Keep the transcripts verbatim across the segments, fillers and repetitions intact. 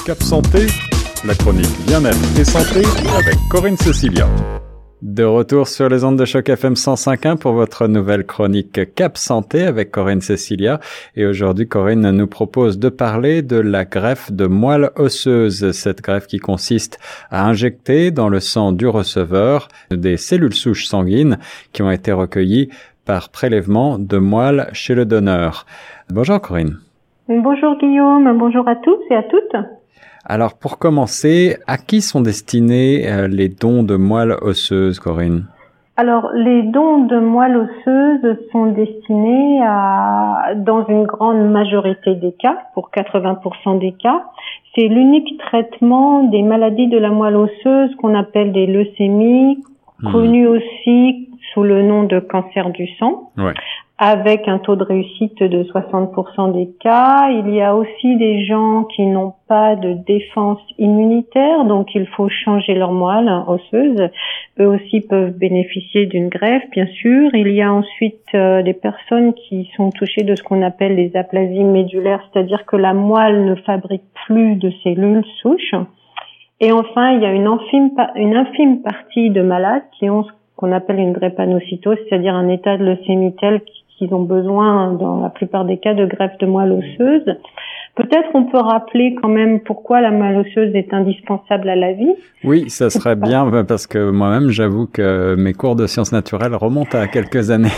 Cap Santé, la chronique bien-être et santé avec Corinne Cecilia. De retour sur les ondes de Choc F M cent cinq point un pour votre nouvelle chronique Cap Santé avec Corinne Cecilia. Et aujourd'hui, Corinne nous propose de parler de la greffe de moelle osseuse. Cette greffe qui consiste à injecter dans le sang du receveur des cellules souches sanguines qui ont été recueillies par prélèvement de moelle chez le donneur. Bonjour Corinne. Bonjour Guillaume, bonjour à tous et à toutes. Alors pour commencer, à qui sont destinés euh, les dons de moelle osseuse, Corinne? Alors les dons de moelle osseuse sont destinés à, dans une grande majorité des cas, pour quatre-vingts pour cent des cas, c'est l'unique traitement des maladies de la moelle osseuse qu'on appelle des leucémies, mmh. connues aussi sous le nom de cancer du sang. Ouais. Avec un taux de réussite de soixante pour cent des cas. Il y a aussi des gens qui n'ont pas de défense immunitaire, donc il faut changer leur moelle osseuse. Eux aussi peuvent bénéficier d'une greffe, bien sûr. Il y a ensuite euh, des personnes qui sont touchées de ce qu'on appelle les aplasies médulaires, c'est-à-dire que la moelle ne fabrique plus de cellules souches. Et enfin, il y a une infime, une infime partie de malades qui ont ce qu'on appelle une drépanocytose, c'est-à-dire un état de leucémie tel qu'ils ont besoin, dans la plupart des cas, de greffe de moelle osseuse. Peut-être on peut rappeler quand même pourquoi la moelle osseuse est indispensable à la vie. Oui, ça serait bien, parce que moi-même, j'avoue que mes cours de sciences naturelles remontent à quelques années.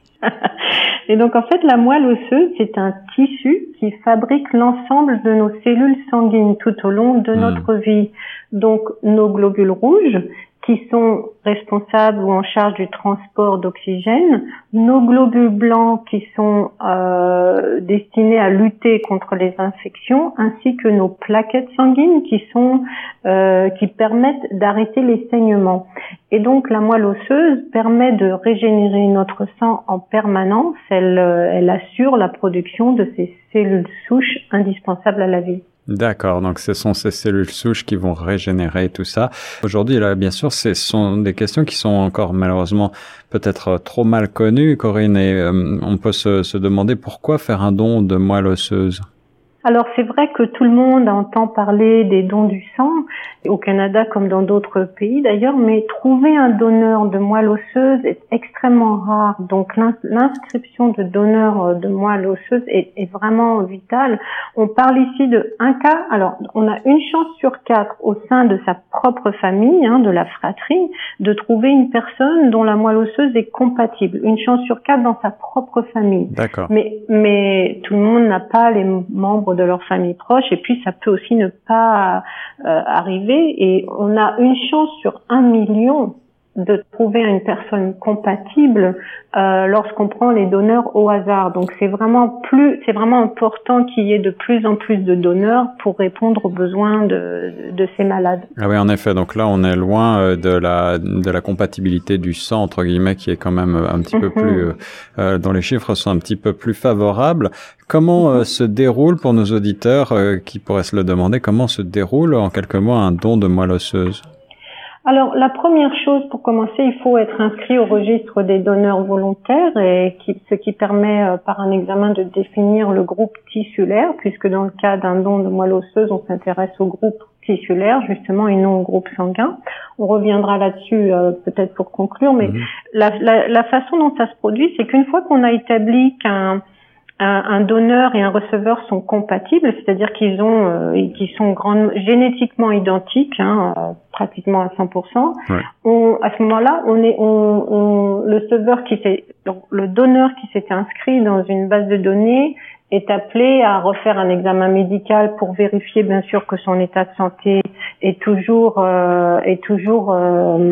Et donc, en fait, la moelle osseuse, c'est un tissu qui fabrique l'ensemble de nos cellules sanguines tout au long de mmh. notre vie. Donc, nos globules rouges, qui sont responsables ou en charge du transport d'oxygène, nos globules blancs qui sont euh, destinés à lutter contre les infections, ainsi que nos plaquettes sanguines qui sont euh, qui permettent d'arrêter les saignements. Et donc la moelle osseuse permet de régénérer notre sang en permanence. Elle, elle assure la production de ces cellules souches indispensables à la vie. D'accord, donc ce sont ces cellules souches qui vont régénérer tout ça. Aujourd'hui, là, bien sûr, ce sont des questions qui sont encore malheureusement peut-être trop mal connues, Corinne, et euh, on peut se, se demander pourquoi faire un don de moelle osseuse. Alors c'est vrai que tout le monde entend parler des dons du sang, au Canada comme dans d'autres pays d'ailleurs, mais trouver un donneur de moelle osseuse est extrêmement rare. Donc l'inscription de donneur de moelle osseuse est, est vraiment vitale. On parle ici de un cas, alors on a une chance sur quatre au sein de sa propre famille, hein, de la fratrie, de trouver une personne dont la moelle osseuse est compatible. Une chance sur quatre dans sa propre famille. D'accord. Mais, mais tout le monde n'a pas les membres de leur famille proche, et puis ça peut aussi ne pas euh, arriver, et on a une chance sur un million de trouver une personne compatible euh, lorsqu'on prend les donneurs au hasard. Donc c'est vraiment plus, c'est vraiment important qu'il y ait de plus en plus de donneurs pour répondre aux besoins de, de ces malades. Ah oui, en effet. Donc là, on est loin de la de la compatibilité du sang entre guillemets, qui est quand même un petit mm-hmm. peu plus, euh, dont les chiffres sont un petit peu plus favorables. Comment euh, se déroule pour nos auditeurs euh, qui pourraient se le demander, comment se déroule en quelques mots un don de moelle osseuse? Alors, la première chose, pour commencer, il faut être inscrit au registre des donneurs volontaires, et qui, ce qui permet euh, par un examen de définir le groupe tissulaire, puisque dans le cas d'un don de moelle osseuse, on s'intéresse au groupe tissulaire, justement, et non au groupe sanguin. On reviendra là-dessus euh, peut-être pour conclure, mais mmh. la, la, la façon dont ça se produit, c'est qu'une fois qu'on a établi qu'un Un, un donneur et un receveur sont compatibles, c'est-à-dire qu'ils ont, euh, qu'ils sont grand, génétiquement identiques, hein, euh, pratiquement à cent pour cent. Ouais. On, à ce moment-là, on est, on, on, le serveur qui s'est, donc le donneur qui s'est inscrit dans une base de données est appelé à refaire un examen médical pour vérifier, bien sûr, que son état de santé est toujours, euh, est toujours euh,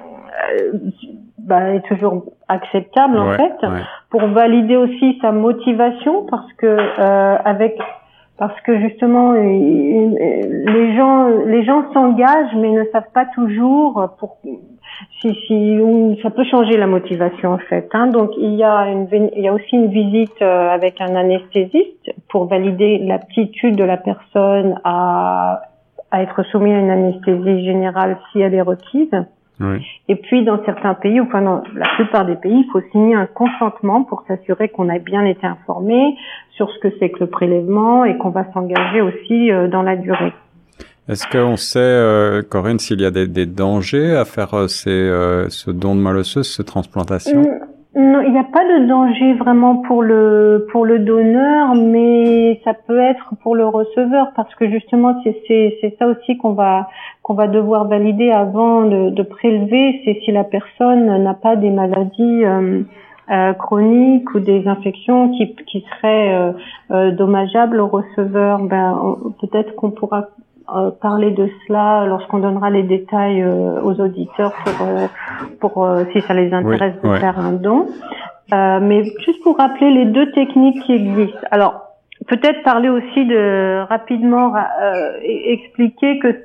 euh, bah, est toujours acceptable en ouais, fait, ouais. pour valider aussi sa motivation, parce que euh, avec parce que justement les gens les gens s'engagent mais ne savent pas toujours pour si si ça peut changer la motivation en fait, hein. Donc il y a une il y a aussi une visite avec un anesthésiste pour valider l'aptitude de la personne à à être soumise à une anesthésie générale si elle est requise. Oui. Et puis dans certains pays, ou enfin dans la plupart des pays, il faut signer un consentement pour s'assurer qu'on a bien été informé sur ce que c'est que le prélèvement et qu'on va s'engager aussi euh, dans la durée. Est-ce qu'on sait, euh, Corinne, s'il y a des, des dangers à faire euh, ces, euh, ce don de moelle osseuse, cette transplantation? Non, il n'y a pas de danger vraiment pour le pour le donneur, mais ça peut être pour le receveur, parce que justement c'est c'est c'est ça aussi qu'on va qu'on va devoir valider avant de, de prélever, c'est si la personne n'a pas des maladies euh, euh, chroniques ou des infections qui qui seraient euh, euh, dommageables au receveur. Ben on, peut-être qu'on pourra Euh, parler de cela lorsqu'on donnera les détails euh, aux auditeurs pour, euh, pour euh, si ça les intéresse oui, de ouais. faire un don. Euh, mais juste pour rappeler les deux techniques qui existent. Alors peut-être parler aussi de rapidement euh, expliquer que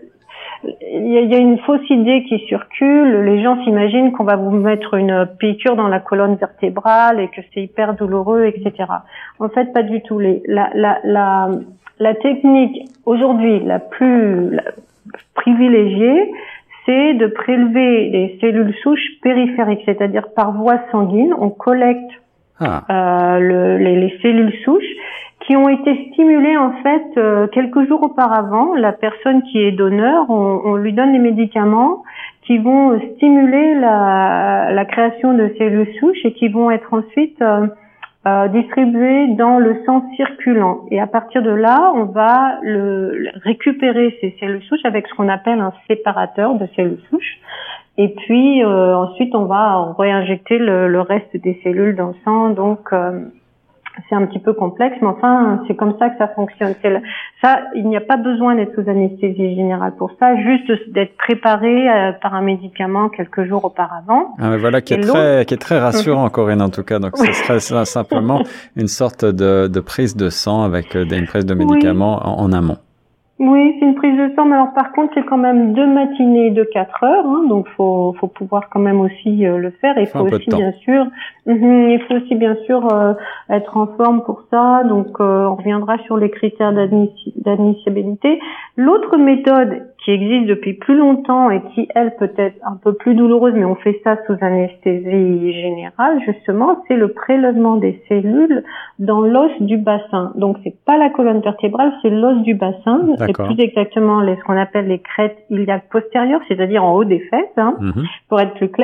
il y, y a une fausse idée qui circule. Les gens s'imaginent qu'on va vous mettre une piqûre dans la colonne vertébrale et que c'est hyper douloureux, et cetera. En fait, pas du tout. Les, la, la, la, la technique aujourd'hui la plus la, privilégiée, c'est de prélever les cellules souches périphériques, c'est-à-dire par voie sanguine, on collecte ah. euh, le, les, les cellules souches qui ont été stimulées en fait euh, quelques jours auparavant. La personne qui est donneur, on, on lui donne des médicaments qui vont stimuler la, la création de cellules souches et qui vont être ensuite euh, euh, distribuées dans le sang circulant. Et à partir de là, on va le, récupérer ces cellules souches avec ce qu'on appelle un séparateur de cellules souches. Et puis euh, ensuite, on va réinjecter le, le reste des cellules dans le sang. Donc euh, c'est un petit peu complexe, mais enfin, c'est comme ça que ça fonctionne. C'est le, ça, il n'y a pas besoin d'être sous anesthésie générale pour ça, juste d'être préparé euh, par un médicament quelques jours auparavant. Ah, mais voilà, qui est très, qui est très rassurant, Corinne, en tout cas. Donc, ce serait simplement une sorte de, de prise de sang avec euh, une prise de médicaments oui. en, en amont. Oui, c'est une prise de sang, mais alors par contre, c'est quand même deux matinées de quatre heures, hein, donc faut faut pouvoir quand même aussi euh, le faire. Il faut aussi bien sûr, mm, il faut aussi bien sûr euh, être en forme pour ça. Donc euh, on reviendra sur les critères d'admiss- d'admissibilité. L'autre méthode qui existe depuis plus longtemps et qui elle peut être un peu plus douloureuse, mais on fait ça sous anesthésie générale justement, c'est le prélèvement des cellules dans l'os du bassin. Donc c'est pas la colonne vertébrale, c'est l'os du bassin. Et plus exactement les, ce qu'on appelle les crêtes iliaques postérieures, c'est-à-dire en haut des fesses, hein, mm-hmm. pour être plus clair.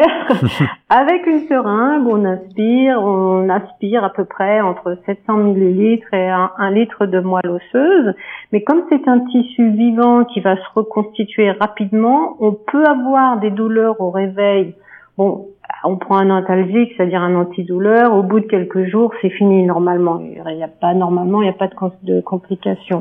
Avec une seringue, on inspire, on aspire à peu près entre sept cents millilitres et un, un litre de moelle osseuse. Mais comme c'est un tissu vivant qui va se reconstituer rapidement, on peut avoir des douleurs au réveil. Bon, on prend un antalgique, c'est-à-dire un antidouleur. Au bout de quelques jours, c'est fini normalement. Il n'y a pas normalement, il n'y a pas de, de complications.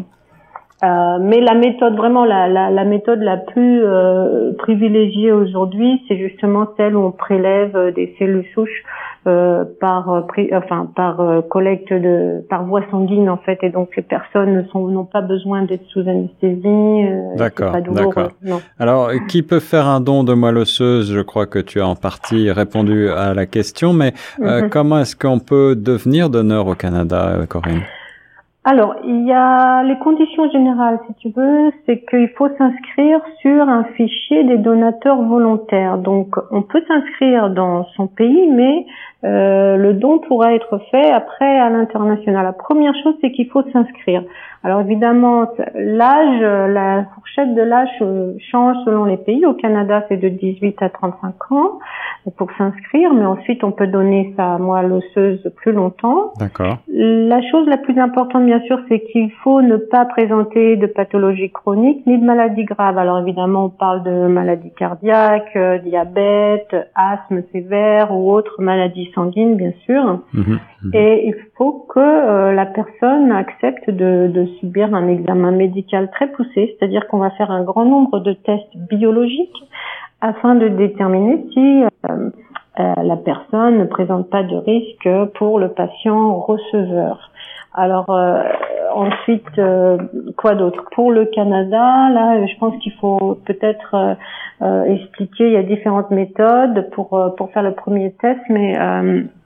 Euh, mais la méthode vraiment la, la, la méthode la plus euh, privilégiée aujourd'hui, c'est justement celle où on prélève des cellules souches euh, par pri, enfin par euh, collecte de par voie sanguine en fait, et donc les personnes ne sont n'ont pas besoin d'être sous anesthésie. Euh, d'accord, c'est pas douloureux, d'accord. Non. Alors qui peut faire un don de moelle osseuse? Je crois que tu as en partie répondu à la question, mais euh, mm-hmm. comment est-ce qu'on peut devenir donneur au Canada, Corinne? Alors, il y a les conditions générales, si tu veux, c'est qu'il faut s'inscrire sur un fichier des donateurs volontaires. Donc, on peut s'inscrire dans son pays, mais euh, le don pourra être fait après à l'international. La première chose, c'est qu'il faut s'inscrire. Alors évidemment, l'âge, la fourchette de l'âge change selon les pays. Au Canada, c'est de dix-huit à trente-cinq ans pour s'inscrire, mais ensuite on peut donner sa moelle osseuse plus longtemps. D'accord. La chose la plus importante, bien sûr, c'est qu'il faut ne pas présenter de pathologie chronique ni de maladie grave. Alors évidemment, on parle de maladies cardiaques, euh, diabète, asthme sévère ou autres maladies sanguines, bien sûr. Mmh, mmh. Et il faut que euh, la personne accepte de, de subir un examen médical très poussé, c'est-à-dire qu'on va faire un grand nombre de tests biologiques afin de déterminer si euh, euh, la personne ne présente pas de risque pour le patient receveur. Alors euh, ensuite, euh, quoi d'autre? Pour le Canada, là, je pense qu'il faut peut-être euh, euh, expliquer. Il y a différentes méthodes pour euh, pour faire le premier test, mais euh,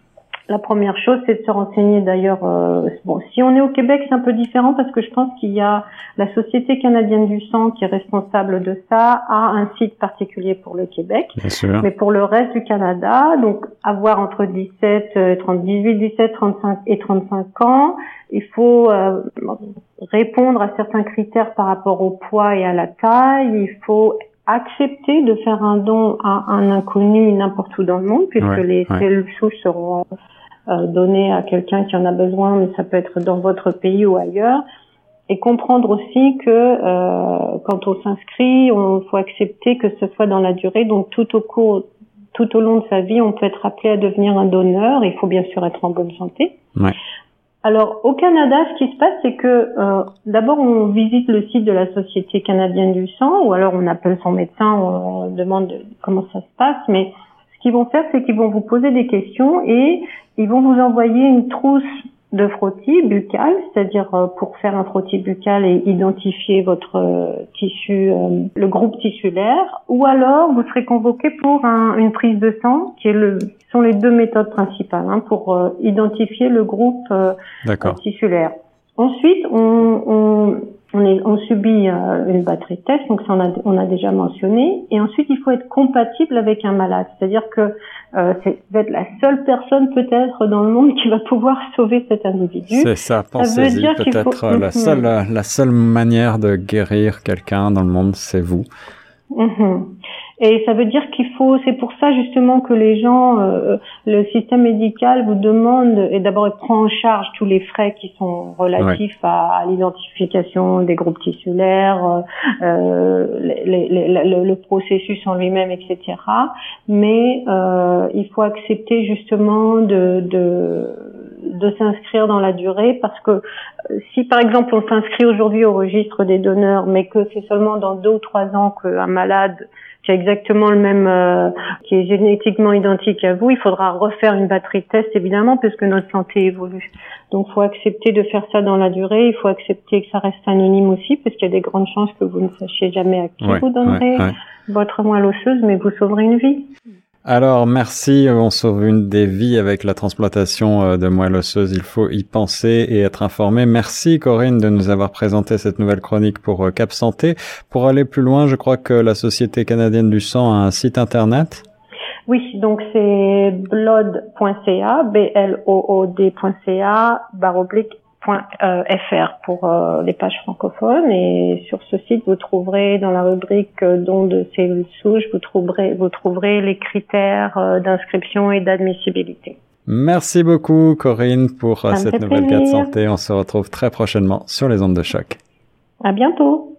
La première chose, c'est de se renseigner d'ailleurs. Euh, bon, si on est au Québec, c'est un peu différent parce que je pense qu'il y a la Société canadienne du sang qui est responsable de ça, a un site particulier pour le Québec. Bien sûr. Mais pour le reste du Canada, donc avoir entre dix-sept, trente, dix-huit, dix-sept, trente-cinq et trente-cinq ans, il faut euh, répondre à certains critères par rapport au poids et à la taille. Il faut accepter de faire un don à un inconnu n'importe où dans le monde, puisque ouais, les ouais. cellules souches seront euh, données à quelqu'un qui en a besoin, mais ça peut être dans votre pays ou ailleurs. Et comprendre aussi que euh, quand on s'inscrit, on faut accepter que ce soit dans la durée. Donc tout au cours, tout au long de sa vie, on peut être appelé à devenir un donneur. Il faut bien sûr être en bonne santé. Ouais. Alors au Canada, ce qui se passe, c'est que euh, d'abord on visite le site de la Société canadienne du sang, ou alors on appelle son médecin, on demande comment ça se passe. Mais ce qu'ils vont faire, c'est qu'ils vont vous poser des questions et ils vont vous envoyer une trousse de frottis buccal, c'est-à-dire euh, pour faire un frottis buccal et identifier votre euh, tissu, euh, le groupe tissulaire, ou alors vous serez convoqué pour un, une prise de sang, qui est le, sont les deux méthodes principales hein, pour euh, identifier le groupe euh, euh, tissulaire. Ensuite, on, on, on, est, on subit euh, une batterie de tests, donc ça on a, on a déjà mentionné. Et ensuite, il faut être compatible avec un malade, c'est-à-dire que euh, c'est vous êtes la seule personne peut-être dans le monde qui va pouvoir sauver cet individu. C'est ça, pensez-y, ça peut-être faut... la seule mm-hmm. la seule manière de guérir quelqu'un dans le monde, c'est vous. Mm-hmm. Et ça veut dire qu'il faut, c'est pour ça justement que les gens, euh, le système médical vous demande, et d'abord il prend en charge tous les frais qui sont relatifs ouais. à, à l'identification des groupes tissulaires, euh, les, les, les, le, le processus en lui-même, et cetera. Mais euh, il faut accepter justement de, de, de s'inscrire dans la durée, parce que si par exemple on s'inscrit aujourd'hui au registre des donneurs, mais que c'est seulement dans deux ou trois ans qu'un malade qui a exactement le même, euh, qui est génétiquement identique à vous, il faudra refaire une batterie de tests évidemment, puisque notre santé évolue. Donc, il faut accepter de faire ça dans la durée. Il faut accepter que ça reste anonyme aussi, parce qu'il y a des grandes chances que vous ne sachiez jamais à qui ouais, vous donnerez ouais, ouais. votre moelle osseuse, mais vous sauverez une vie. Alors, merci. On sauve une des vies avec la transplantation de moelle osseuse. Il faut y penser et être informé. Merci, Corinne, de nous avoir présenté cette nouvelle chronique pour Cap Santé. Pour aller plus loin, je crois que la Société canadienne du sang a un site internet. Oui, donc c'est blood point c a, b l o o d point c a, barre oblique, .fr pour euh, les pages francophones, et sur ce site vous trouverez dans la rubrique euh, don de cellules souches, vous trouverez vous trouverez les critères euh, d'inscription et d'admissibilité. Merci beaucoup Corinne pour euh, cette nouvelle Cap Santé. On se retrouve très prochainement sur les ondes de choc. À bientôt.